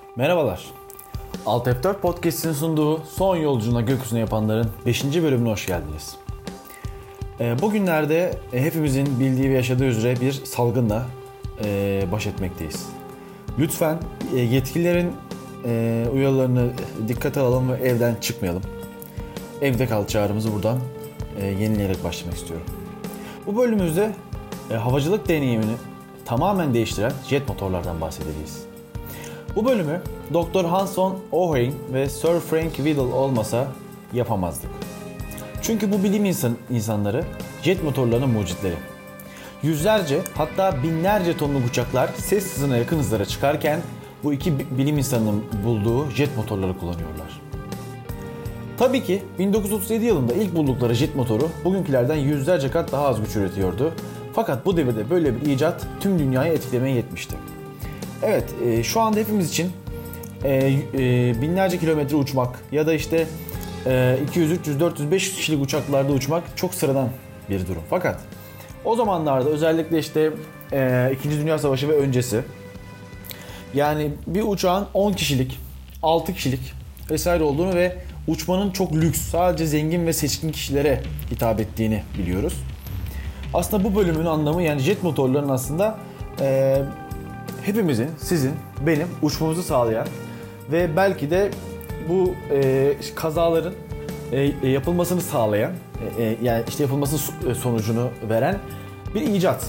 Merhabalar. Alt F4 Podcast'in sunduğu Son Yolculuğuna Gökyüzüne Yapanların 5. bölümüne hoş geldiniz. Bugünlerde hepimizin bildiği ve yaşadığı üzere bir salgınla baş etmekteyiz. Lütfen yetkililerin uyarılarını dikkate alalım ve evden çıkmayalım. Evde kal çağrımızı buradan yenileyerek başlamak istiyorum. Bu bölümümüzde havacılık deneyimini tamamen değiştiren jet motorlardan bahsedeceğiz. Bu bölümü Dr. Hans-von Ohain ve Sir Frank Whittle olmasa yapamazdık. Çünkü bu bilim insanları jet motorlarının mucitleri. Yüzlerce hatta binlerce tonluk uçaklar ses hızına yakın hızlara çıkarken bu iki bilim insanının bulduğu jet motorları kullanıyorlar. Tabii ki 1937 yılında ilk buldukları jet motoru bugünkülerden yüzlerce kat daha az güç üretiyordu. Fakat bu devirde böyle bir icat tüm dünyayı etkilemeye yetmişti. Evet, şu anda hepimiz için binlerce kilometre uçmak ya da işte 200, 300, 400, 500 kişilik uçaklarda uçmak çok sıradan bir durum. Fakat o zamanlarda özellikle işte 2. Dünya Savaşı ve öncesi, yani bir uçağın 10 kişilik, 6 kişilik vesaire olduğunu ve uçmanın çok lüks, sadece zengin ve seçkin kişilere hitap ettiğini biliyoruz. Aslında bu bölümün anlamı, yani jet motorlarının aslında hepimizin, sizin, benim uçmamızı sağlayan ve belki de bu kazaların yapılmasını sağlayan, yani işte yapılması sonucunu veren bir icat.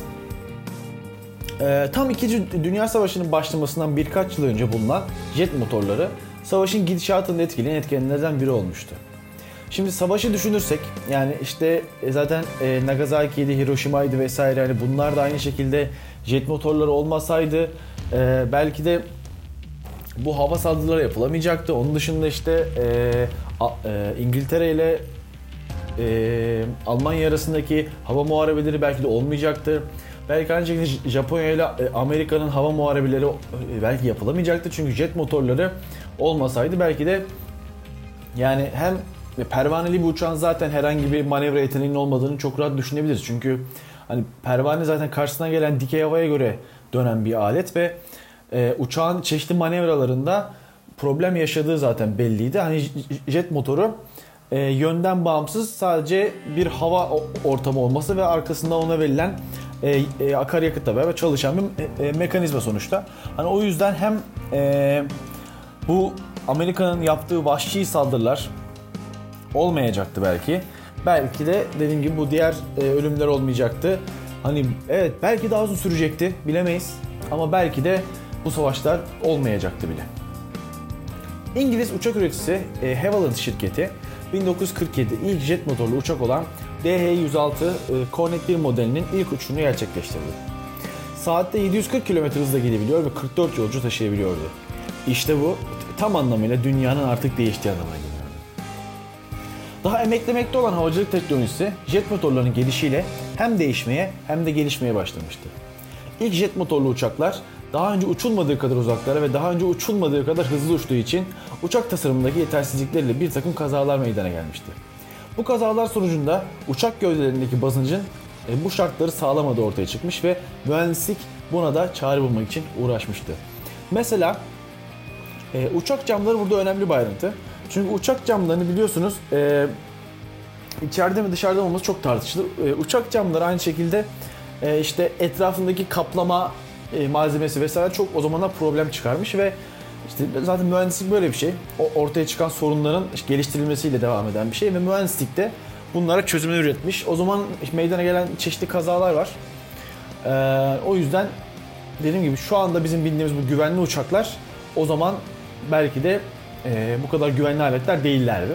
Tam 2. Dünya Savaşı'nın başlamasından birkaç yıl önce bulunan jet motorları savaşın gidişatını etkileyen etkenlerden biri olmuştu. Şimdi savaşı düşünürsek, yani işte zaten Nagasaki'ydi, Hiroşima'ydı vesaire, yani bunlar da aynı şekilde jet motorları olmasaydı belki de bu hava saldırıları yapılamayacaktı. Onun dışında işte İngiltere ile Almanya arasındaki hava muharebeleri belki de olmayacaktı. Belki aynı şekilde Japonya ile Amerika'nın hava muharebeleri belki yapılamayacaktı. Çünkü jet motorları olmasaydı belki de, yani hem pervaneli bir uçağın zaten herhangi bir manevra yeteneğinin olmadığını çok rahat düşünebiliriz. Çünkü hani pervane zaten karşısına gelen dikey havaya göre dönen bir alet ve uçağın çeşitli manevralarında problem yaşadığı zaten belliydi. Hani jet motoru yönden bağımsız sadece bir hava ortamı olması ve arkasında ona verilen akaryakıtla beraber çalışan bir mekanizma sonuçta. Hani o yüzden hem bu Amerika'nın yaptığı vahşi saldırılar olmayacaktı belki. Belki de dediğim gibi bu diğer ölümler olmayacaktı. Hani evet, belki daha uzun sürecekti, bilemeyiz. Ama belki de bu savaşlar olmayacaktı bile. İngiliz uçak üreticisi Havilland şirketi 1947 ilk jet motorlu uçak olan DH-106 Cornet 1 modelinin ilk uçuşunu gerçekleştirdi. Saatte 740 km hızla gidebiliyor ve 44 yolcu taşıyabiliyordu. İşte bu tam anlamıyla dünyanın artık değiştiği anlamına geliyor. Daha emeklemekte olan havacılık teknolojisi jet motorlarının gelişiyle hem değişmeye hem de gelişmeye başlamıştı. İlk jet motorlu uçaklar daha önce uçulmadığı kadar uzaklara ve daha önce uçulmadığı kadar hızlı uçtuğu için uçak tasarımındaki yetersizlikleriyle bir takım kazalar meydana gelmişti. Bu kazalar sonucunda uçak gövdelerindeki basıncın bu şartları sağlamadığı ortaya çıkmış ve mühendislik buna da çare bulmak için uğraşmıştı. Mesela uçak camları burada önemli bir ayrıntı. Çünkü uçak camlarını biliyorsunuz içeride mi dışarıda mı olması çok tartışılır. Uçak camları aynı şekilde işte etrafındaki kaplama malzemesi vesaire çok o zamanlar problem çıkarmış ve işte zaten mühendislik böyle bir şey. Ortaya çıkan sorunların geliştirilmesiyle devam eden bir şey ve mühendislik de bunlara çözümler üretmiş. O zaman meydana gelen çeşitli kazalar var. O yüzden dediğim gibi şu anda bizim bildiğimiz bu güvenli uçaklar o zaman belki de bu kadar güvenli aletler değillerdi.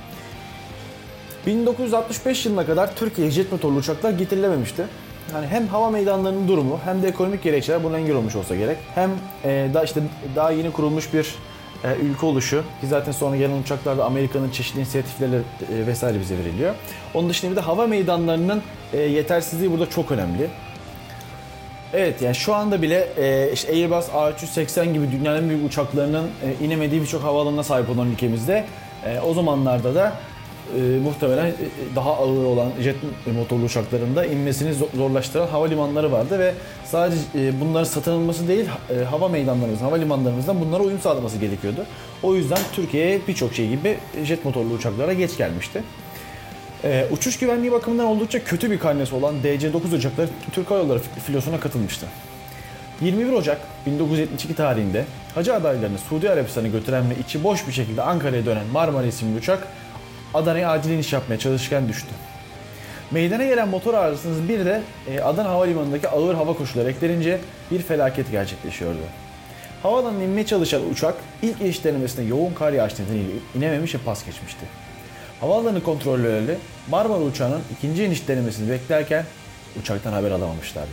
1965 yılına kadar Türkiye'ye jet motorlu uçaklar getirilememişti. Yani hem hava meydanlarının durumu hem de ekonomik gerekçeler buna engel olmuş olsa gerek. Hem daha yeni kurulmuş bir ülke oluşu, ki zaten sonra gelen uçaklarda Amerika'nın çeşitli inisiyatifleri vesaire bize veriliyor. Onun dışında bir de hava meydanlarının yetersizliği burada çok önemli. Evet, yani şu anda bile işte Airbus A380 gibi dünyanın en büyük uçaklarının inemediği birçok havaalanına sahip olan ülkemizde o zamanlarda da muhtemelen daha ağır olan jet motorlu uçaklarında inmesini zorlaştıran havalimanları vardı ve sadece bunların satın alınması değil, hava meydanlarımızın, havalimanlarımızdan bunlara uyum sağlaması gerekiyordu. O yüzden Türkiye'ye birçok şey gibi jet motorlu uçaklara geç gelmişti. Uçuş güvenliği bakımından oldukça kötü bir karnesi olan DC-9 uçakları Türk Hava Yolları filosuna katılmıştı. 21 Ocak 1972 tarihinde hacı adaylarını Suudi Arabistan'a götüren ve içi boş bir şekilde Ankara'ya dönen Marmara isimli uçak Adana'ya acil iniş yapmaya çalışırken düştü. Meydana gelen motor arızasının bir de Adana Havalimanı'ndaki ağır hava koşulları eklenince bir felaket gerçekleşiyordu. Havadan inmeye çalışan uçak ilk iniş denemesinde yoğun kar yağışı nedeniyle inememiş ve pas geçmişti. Havaalanı kontrolörleri Marmara uçağının ikinci iniş denemesini beklerken uçaktan haber alamamışlardı.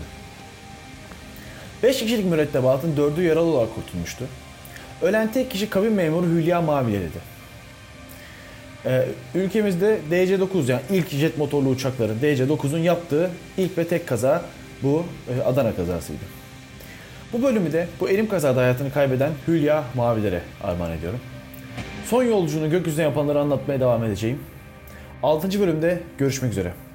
5 kişilik mürettebatın 4'ü yaralı olarak kurtulmuştu. Ölen tek kişi kabin memuru Hülya Mavileri'di. Ülkemizde DC-9 yani ilk jet motorlu uçakların DC-9'un yaptığı ilk ve tek kaza bu Adana kazasıydı. Bu bölümü de bu elim kazada hayatını kaybeden Hülya Maviler'e armağan ediyorum. Son yolculuğunu gökyüzüne yapanları anlatmaya devam edeceğim. 6. bölümde görüşmek üzere.